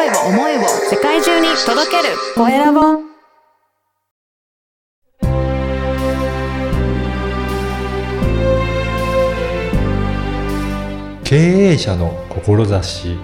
声を、思いを世界中に届けるコエラボ。 経営者の志。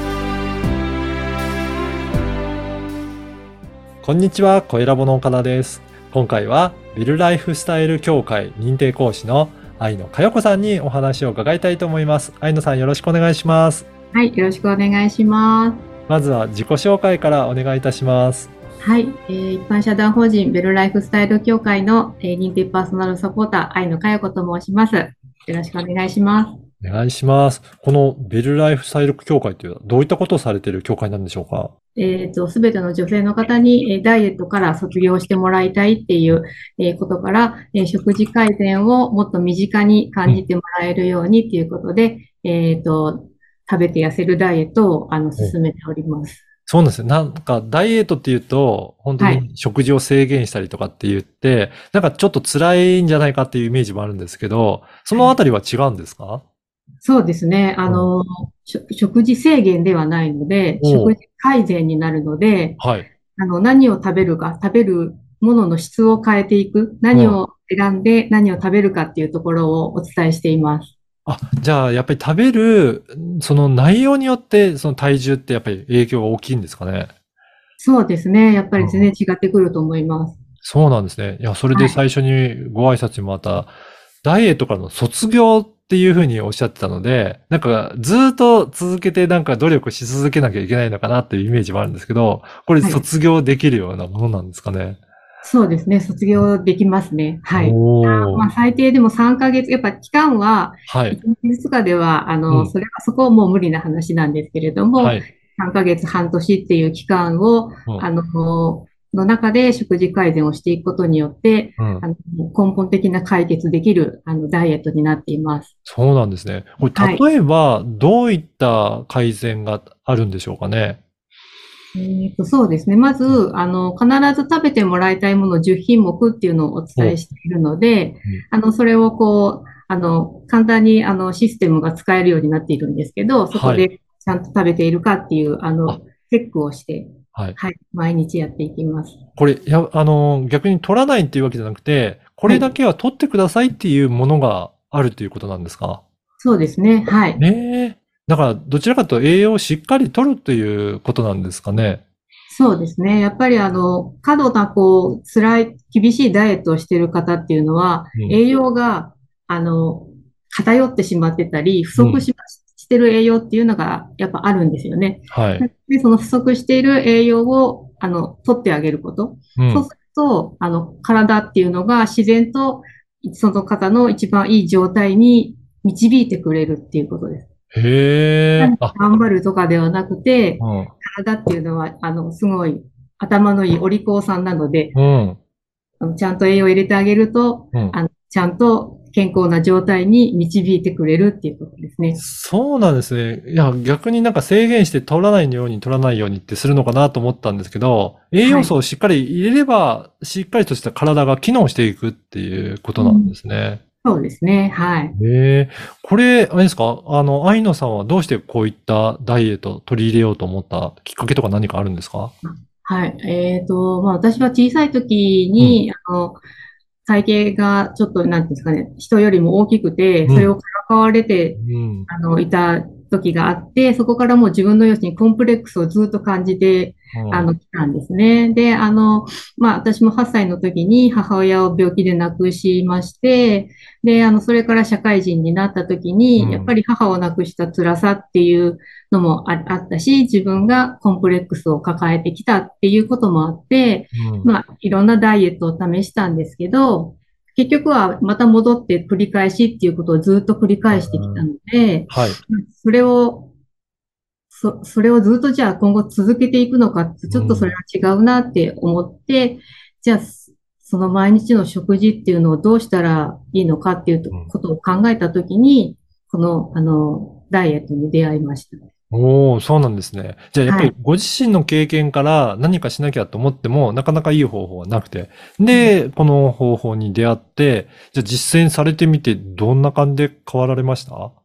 こんにちは、コエラボの岡田です。今回はビルライフスタイル協会認定講師の相野佳代子さんにお話を伺いたいと思います。相野さん、よろしくお願いします。 はい、よろしくお願いします。 まずは自己紹介からお願いいたします。 はい、一般社団法人ベルライフスタイル協会の、認定パーソナルサポーター相野佳代子と申します。よろしくお願いします。 お願いします。このベルライフスタイル協会というのはどういったことをされている協会なんでしょうか？ すべての女性の方に、ダイエットから卒業してもらいたいっていう、ことから、食事改善をもっと身近に感じてもらえるようにっていうことで、食べて痩せるダイエットを進めております。 そうなんですよ。なんかダイエットっていうと、本当に食事を制限したりとかって言って、なんかちょっと辛いんじゃないかっていうイメージもあるんですけど、そのあたりは違うんですか？ そうですね。食事制限ではないので、食事改善になるので、 はい。 何を食べるか、食べるものの質を変えていく、何を選んで何を食べるかっていうところをお伝えしています。 じゃあ、やっぱり食べる、その内容によって、その体重ってやっぱり影響が大きいんですかね？ そうですね。やっぱり全然違ってくると思います。 そうなんですね。いや、それではい。 最初にご挨拶にもあった、ダイエットからの卒業っていうふうにおっしゃってたので、なんかずっと続けてなんか努力し続けなきゃいけないのかなっていうイメージもあるんですけど、これはい。 卒業できるようなものなんですかね？ そうですね。卒業できますね。はい。まあ、 おー。 最低でも3ヶ月、やっぱ期間ははい。 1日とかでは、 うん。 そこはもう無理な話なんですけれども、 はい。 3ヶ月、半年っていう期間を、 うん。 の中で食事改善をしていくことによって、 うん。 根本的な解決できる、ダイエットになっています。 そうなんですね。こはい。 れ例えばどういった改善があるんでしょうかね？ そうですね。まず、必ず食べてもらいたいもの10品目っていうのをお伝お、 えしているので、 うん。 それを簡単に、システムが使えるようになっているんですけど、そこはい。 でちゃんと食べているかっていう、 あ、 チェックをして、 はい。 はい、毎日やっていきます。 これ、逆に取らないっていうわけじゃなくて、こはい。 れだけは取ってくださいっていうものがあるということなんですか？ そうですね。はい。 ねえ。だから、どちらかというと栄養をしっかり取るということなんですかね？ そうですね。やっぱり過度な、辛い、厳しいダイエットをしている方っていうのは、 うん。 栄養が、あの、偏ってしまってたり、不うん。 足してる栄養っていうのが、やっぱあるんですよね。 はい。 で、その不足している栄養を、取ってあげること。 うん。 そうすると、体っていうのが自然と、その方の一番いい状態に導いてくれるっていうことです。 へえ。 頑張るとかではなくて、 うん。 体っていうのは、すごい頭のいいお利口さんなので、 うん。 ちゃんと栄養を入れてあげると、 うん。 ちゃんと健康な状態に導いてくれるっていうことですね。 そうなんですね。いや、逆になんか制限して取らないように取らないようにってするのかなと思ったんですけど、栄はい。 養素をしっかり入れれば、しっかりとした体が機能していくっていうことなんうん、 ですね。 そうですね。はい。 ええ、これ、あれですか？愛野さんはどうしてこういったダイエットを取り入れようと思ったきっかけとか何かあるんですか？ はい。まあ、私は小さい時うん、 に、体型がちょっと、なんていうんですかね、人よりも大きくて、 うん、 それをからかわれて、 うん、 いた時があって、そこからもう自分の容姿にコンプレックスをずっと感じて、 うん、 来たんですね。で、まあ、私も8歳の時に母親を病気で亡くしまして、で、それから社会人になった時に、やっぱうん、 り母を亡くした辛さっていうのもあったし、自分がコンプレックスを抱えてきたっていうこともあって、 うん、 まあ、いろんなダイエットを試したんですけど、結局はまた戻って繰り返しっていうことをずっと繰り返してきたので、 はい。 それを、それをずっとじゃあ今後続けていくのかって、ちょっとそれうん、 は違うなって思って、じゃあその毎日の食事っていうのをどうしたらいいのかっていううん。 ことを考えたときに、この、ダイエットに出会いました。 おお、そうなんですね。じゃあやっぱはい。 りご自身の経験から何かしなきゃと思っても、なかなかいい方法はなくて。で、この方法に出会って、じゃあ実践されてみてどんな感じで変わられました？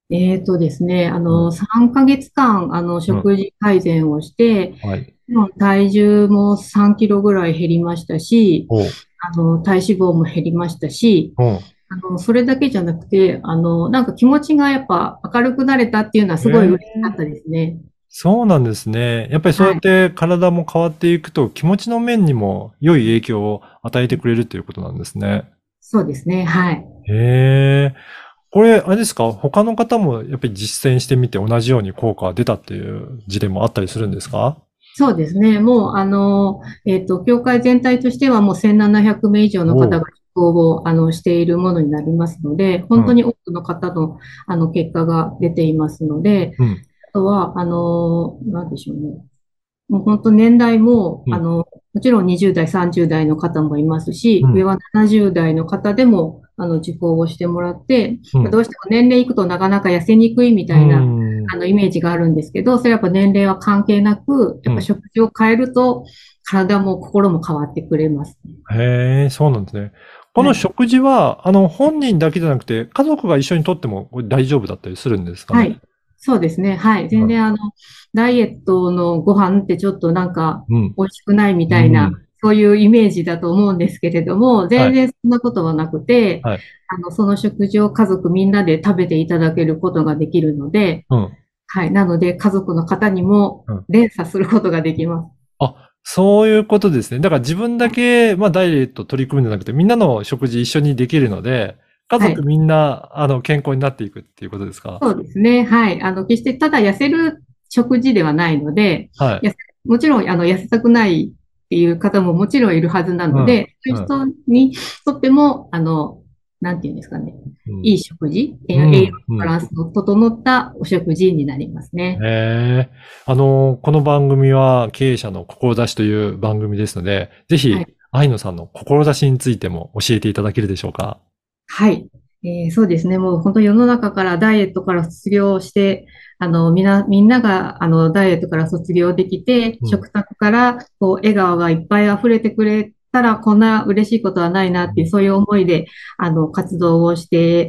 ですね、 うん。 3ヶ月間、 うん。 食事改善をして、 はい。 体重も3キロぐらい減りましたし、 おう。 体脂肪も減りましたし、 うん。 それだけじゃなくて、なんか気持ちがやっぱ明るくなれたっていうのはすごいえ嬉しかっえ、 たですね。 そうなんですね。やっぱりそうやっはい。 て体も変わっていくと気持ちの面にも良い影響を与えてくれるということなんですね。 そうですね。はい。 へえ。これ、あれですか？他の方もやっぱり実践してみて同じように効果が出たっていう事例もあったりするんですか？ そうですね。もう、協会全体としてはもう1700名以上の方がおう。 受講を、しているものになりますので、 うん。 本当に多くの方の、結果が出ていますので、 うん。 あとは、なんでしょうね。もう本当年代も、 うん。 もちろん20代、30代の方もいますし、上うん。 は70代の方でも、受講をしてもらって、 うん。 どうしても年齢いくとなかなか痩せにくいみうたいな、 ん。 イメージがあるんですけど、それはやっぱ年齢は関係なく、やっぱうん。 食事を変えると、体も心も変わってくれますね。 へえ、そうなんですね。こはい。 の食事は、本人だけじゃなくて、家族が一緒にとってもこれ大丈夫だったりするんですかね？ はい。そうですね。はい。全はい。 然ダイエットのご飯ってちょっとなんかうん。 美味しくないみたいな、 うん。 そういうイメージだと思うんですけれども、 はい。 全然そんなことはなくて、 はい。 その食事を家族みんなで食べていただけることができるので、 うん。 はい。なので家族の方にもうん。 連鎖することができます。 あ、そういうことですね。だから自分だけ、まあ、ダイエット取り組むんじゃなくて、みんなの食事一緒にできるので、家はい。 族みんな、健康になっていくっていうことですか？ そうですね。はい。決してただ痩せる食事ではないので、 はい。 やもちろん、痩せたくないっていう方ももちろんいるはずなうん。 ので、そういううん。 人にとっても、なんていうんですかね。 うん。 いい食事、 う栄養ん。うん。 バランスの整ったお食事になりますね。 へえ。この番組は経営者の志という番組ですので、ぜひ、 はい。 愛野さんの志についても教えていただけるでしょうか？ はい。そうですね。もう本当世の中からダイエットから卒業して、みんなが、ダイエットから卒業できて、 うん。 食卓から、こう、笑顔がいっぱい溢れてくれたら、こんな嬉しいことはないなっていう、 うん。 そういう思いで、活動をして、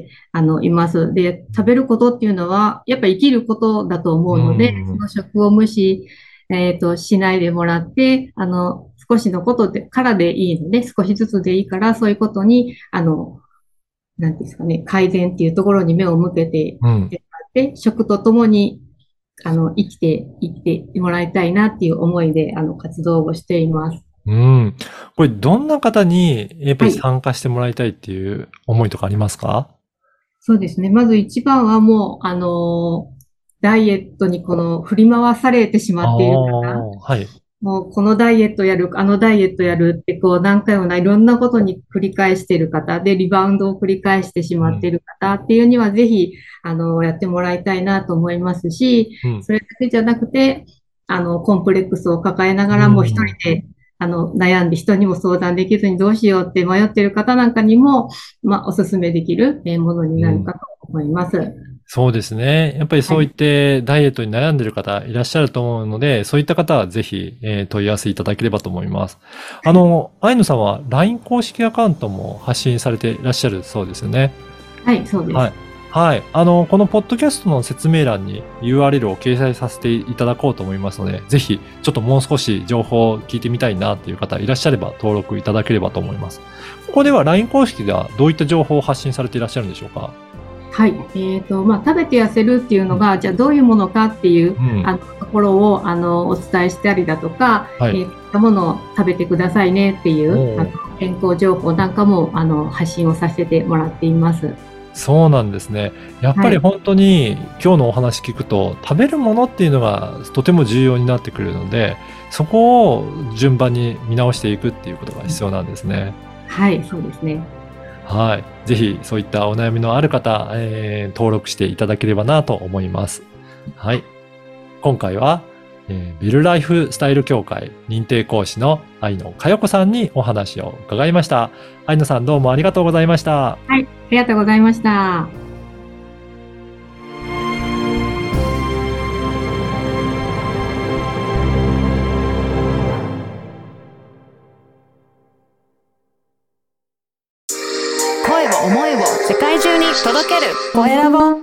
います。で、食べることっていうのは、やっぱ生きることだと思ううので、そん。 の食を無視、しないでもらって、少しのことで、からでいいので、少しずつでいいから、そういうことに、なんていうんですかね、改善っていうところに目を向けてうん。 いってもらって、食とともに、生きてもらいたいなっていう思いで、活動をしています。 うん。これ、どんな方に、やっぱりはい。 参加してもらいたいっていう思いとかありますか？ そうですね。まず一番はもう、ダイエットにこの振り回されてしまあっている方、 あ、はい。 もうこのダイエットやる、あのダイエットやるってこう何回もいろんなことに繰り返している方で、リバウンドを繰り返してしうん。 まっている方っていうにはぜひ、やってもらいたいなと思いますし、 うん。 それだけじゃなくて、コンプレックスを抱えながうらも一ん。 人で、悩んで人にも相談できずにどうしようって迷っている方なんかにも、まあ、お勧めできるものにうん。 なるかと思います。 そうですね。やっぱりそういっはい。 てダイエットに悩んでいる方いらっしゃると思うので、そういった方はぜひ、問い合わせいただければと思います。愛野さんは LINE 公式アカウントも発信されていらっしゃるそうですよね。 はい、そうではい。 す。 はい。このポッドキャストの説明欄に URL を掲載させていただこうと思いますので、ぜひ、ちょっともう少し情報を聞いてみたいなっていう方いらっしゃれば登録いただければと思います。ここでは LINE 公式ではどういった情報を発信されていらっしゃるんでしょうか？ はい。まあ、食べて痩せるっていううん。 のが、じゃあどういうものかっていう、 うん。 ところを、お伝えしたりだとか、 はい。 こういったものを食べてくださいねっていう、 おー。 健康情報なんかも、発信をさせてもらっています。 そうなんですね。やっぱはい。 り本当に今日のお話聞くと、食べるものっていうのがとても重要になってくるので、そこを順番に見直していくっていうことが必要なんですね。 はい、そうですね。 はい。ぜひそういったお悩みのある方、登録していただければなと思います。はい。今回は、ビルライフスタイル協会認定講師の愛野佳代子さんにお話を伺いました。愛野さんどうもありがとうございました。 はい、ありがとうございました。 声を思いを世界中に届けるコエラボ